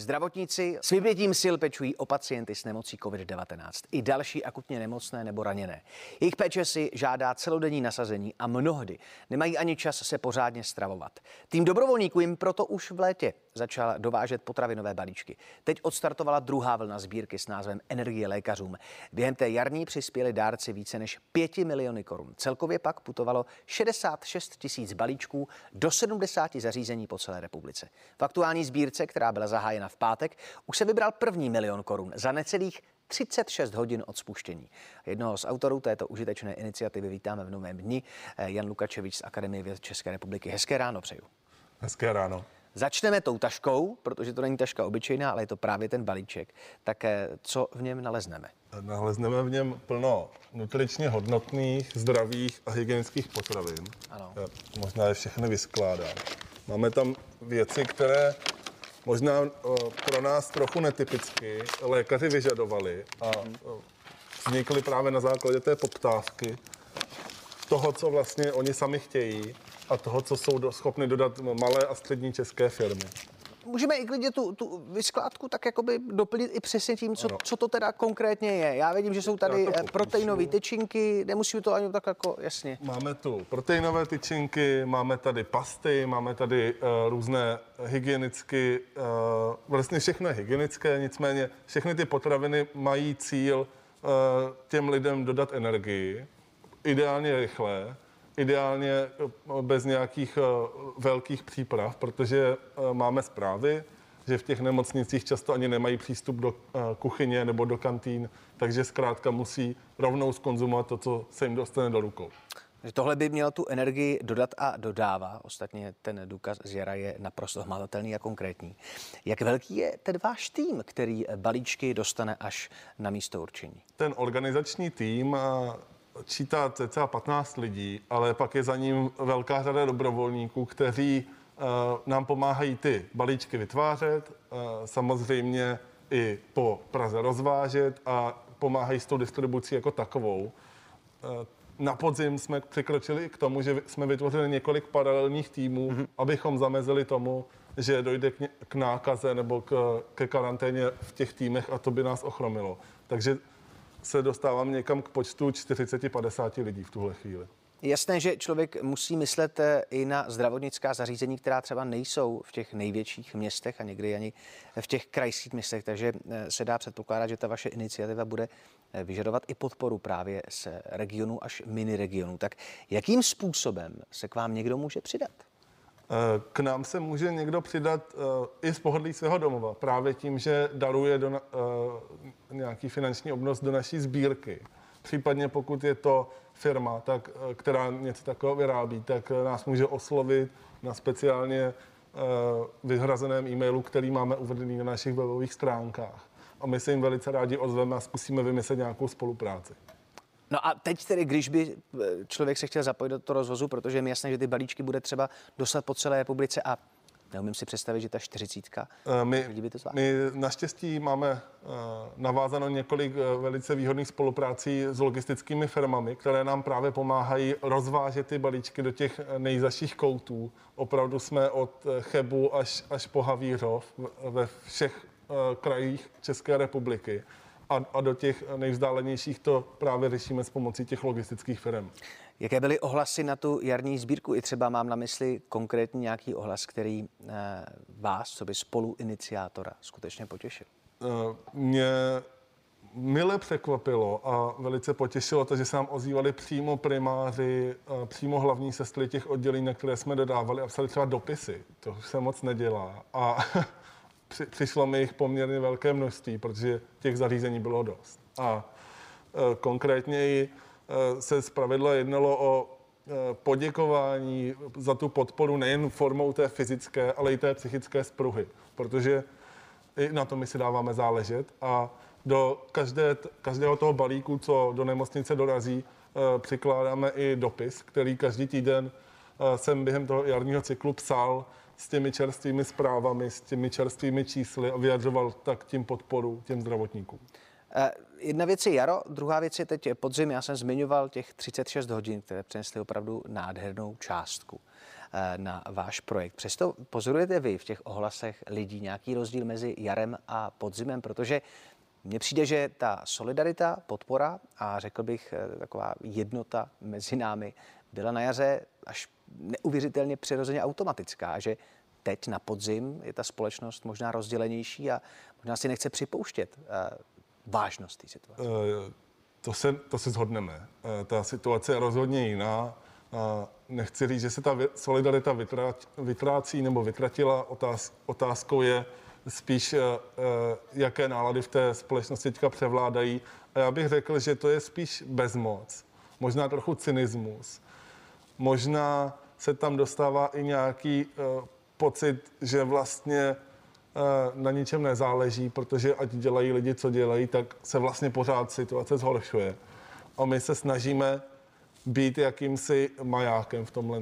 Zdravotníci s vypětím sil pečují o pacienty s nemocí COVID-19 i další akutně nemocné nebo raněné. Jejich péče si žádá celodenní nasazení a mnohdy nemají ani čas se pořádně stravovat. Tým dobrovolníků jim proto už v létě začal dovážet potravinové balíčky. Teď odstartovala druhá vlna sbírky s názvem Energie lékařům. Během té jarní přispěli dárci více než 5 miliony korun. Celkově pak putovalo 66 000 balíčků do 70 zařízení po celé republice. V aktuální sbírce, která byla zahájena v pátek, už se vybral první 1 milion korun za necelých 36 hodin od spuštění. Jednoho z autorů této užitečné iniciativy vítáme v Novém dni, Jan Lukačevič z Akademie věd České republiky. Hezké ráno přeju. Hezké ráno. Začneme tou taškou, protože to není taška obyčejná, ale je to právě ten balíček. Tak co v něm nalezneme? Nalezneme v něm plno nutričně hodnotných, zdravých a hygienických potravin. Ano. Možná je všechny vyskládám. Máme tam věci, které možná pro nás trochu netypicky lékaři vyžadovali a vznikly právě na základě té poptávky toho, co vlastně oni sami chtějí a toho, co jsou schopny dodat malé a střední české firmy. Můžeme i klidně tu vyskládku tak jakoby doplnit i přesně tím, co to teda konkrétně je. Já vidím, že jsou tady proteinové tyčinky, nemusíme to ani tak jako jasně. Máme tu proteinové tyčinky, máme tady pasty, máme tady různé hygienicky, vlastně všechno je hygienické, nicméně všechny ty potraviny mají cíl těm lidem dodat energii, ideálně rychle, ideálně bez nějakých velkých příprav, protože máme zprávy, že v těch nemocnicích často ani nemají přístup do kuchyně nebo do kantýn, takže zkrátka musí rovnou zkonzumovat to, co se jim dostane do rukou. Tohle by mělo tu energii dodat a dodává. Ostatně ten důkaz z jara je naprosto hmatatelný a konkrétní. Jak velký je ten váš tým, který balíčky dostane až na místo určení? Ten organizační tým čítá cca 15 lidí, ale pak je za ním velká řada dobrovolníků, kteří nám pomáhají ty balíčky vytvářet, samozřejmě i po Praze rozvážet a pomáhají s tou distribucí jako takovou. Na podzim jsme přikročili k tomu, že jsme vytvořili několik paralelních týmů, abychom zamezili tomu, že dojde k nákaze nebo ke karanténě v těch týmech a to by nás ochromilo. Takže se dostávám někam k počtu 40-50 lidí v tuhle chvíli. Jasné, že člověk musí myslet i na zdravotnická zařízení, která třeba nejsou v těch největších městech a někdy ani v těch krajských městech, takže se dá předpokládat, že ta vaše iniciativa bude vyžadovat i podporu právě z regionu až mini regionu. Tak jakým způsobem se k vám někdo může přidat? K nám se může někdo přidat i z pohodlí svého domova, právě tím, že daruje nějaký finanční obnos do naší sbírky. Případně pokud je to firma, která něco takového vyrábí, tak nás může oslovit na speciálně vyhrazeném e-mailu, který máme uvedený na našich webových stránkách. A my se jim velice rádi ozveme a zkusíme vymyslet nějakou spolupráci. No a teď tedy, když by člověk se chtěl zapojit do toho rozvozu, protože je mi jasné, že ty balíčky bude třeba dostat po celé republice a neumím si představit, že ta 40 my naštěstí máme navázáno několik velice výhodných spoluprácí s logistickými firmami, které nám právě pomáhají rozvážet ty balíčky do těch nejzaších koutů. Opravdu jsme od Chebu až po Havířov ve všech krajích České republiky. A do těch nejvzdálenějších to právě řešíme s pomocí těch logistických firm. Jaké byly ohlasy na tu jarní sbírku? I třeba mám na mysli konkrétní nějaký ohlas, který vás, co by spoluiniciátora, skutečně potěšil. Mě mile překvapilo a velice potěšilo to, že se nám ozývali přímo primáři, přímo hlavní sestry těch oddělení, na které jsme dodávali a psali třeba dopisy. To už se moc nedělá. A přišlo mi jich poměrně velké množství, protože těch zařízení bylo dost. A konkrétně se zpravidla jednalo o poděkování za tu podporu nejen formou té fyzické, ale i té psychické spruhy, protože i na to my si dáváme záležet a do každého toho balíku, co do nemocnice dorazí, přikládáme i dopis, který každý týden jsem během toho jarního cyklu psal s těmi čerstvými zprávami, s těmi čerstvými čísly a vyjadřoval tak tím podporu těm zdravotníkům. Jedna věc je jaro, druhá věc je teď podzim. Já jsem zmiňoval těch 36 hodin, které přinesly opravdu nádhernou částku. na váš projekt. Přesto pozorujete vy v těch ohlasech lidí nějaký rozdíl mezi jarem a podzimem, protože mně přijde, že ta solidarita, podpora a řekl bych taková jednota mezi námi byla na jaře až neuvěřitelně přirozeně automatická, a že teď na podzim je ta společnost možná rozdělenější a možná si nechce připouštět vážnost té situace. To se shodneme. Ta situace je rozhodně jiná. Nechci říct, že se ta solidarita vytrácí nebo vytratila. Otázkou je spíš, jaké nálady v té společnosti teďka převládají. A já bych řekl, že to je spíš bezmoc, možná trochu cynismus. Možná se tam dostává i nějaký pocit, že vlastně na ničem nezáleží, protože ať dělají lidi, co dělají, tak se vlastně pořád situace zhoršuje. A my se snažíme být jakýmsi majákem v tomhle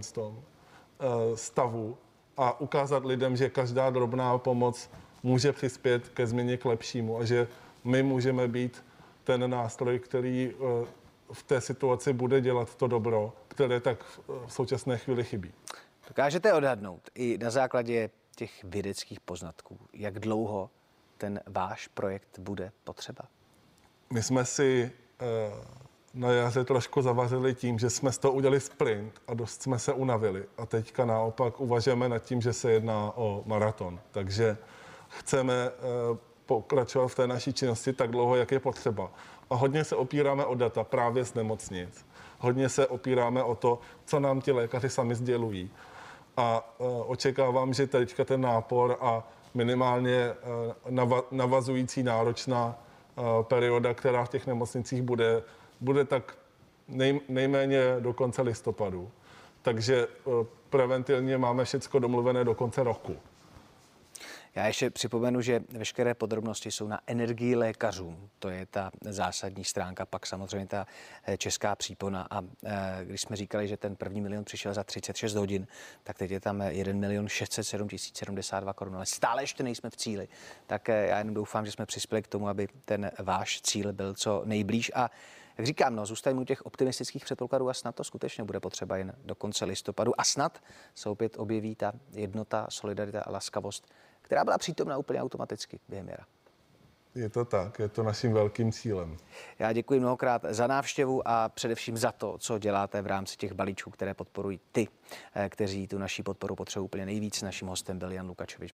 stavu a ukázat lidem, že každá drobná pomoc může přispět ke změně k lepšímu a že my můžeme být ten nástroj, který v té situaci bude dělat to dobro, které tak v současné chvíli chybí. Dokážete odhadnout i na základě těch vědeckých poznatků, jak dlouho ten váš projekt bude potřeba? My jsme si na jaře trošku zavařili tím, že jsme z toho udělali sprint a dost jsme se unavili. A teďka naopak uvažujeme nad tím, že se jedná o maraton. Takže chceme pokračovat v té naší činnosti tak dlouho, jak je potřeba. A hodně se opíráme o data právě z nemocnic. Hodně se opíráme o to, co nám ti lékaři sami sdělují. A očekávám, že teďka ten nápor a minimálně navazující náročná perioda, která v těch nemocnicích bude tak nejméně do konce listopadu. Takže preventivně máme všechno domluvené do konce roku. Já ještě připomenu, že veškeré podrobnosti jsou na Energii lékařům. To je ta zásadní stránka, pak samozřejmě ta česká přípona. A když jsme říkali, že ten první milion přišel za 36 hodin, tak teď je tam 1 607 072 korun. Ale stále ještě nejsme v cíli. Tak já jenom doufám, že jsme přispěli k tomu, aby ten váš cíl byl co nejblíž. A jak říkám, zůstaňme u těch optimistických předpokladů a snad to skutečně bude potřeba jen do konce listopadu. A snad se opět objeví ta jednota, solidarita a laskavost, která byla přítomna úplně automaticky během jara. Je to tak, je to naším velkým cílem. Já děkuji mnohokrát za návštěvu a především za to, co děláte v rámci těch balíčků, které podporují ty, kteří tu naší podporu potřebují úplně nejvíc. Naším hostem byl Jan Lukačevič.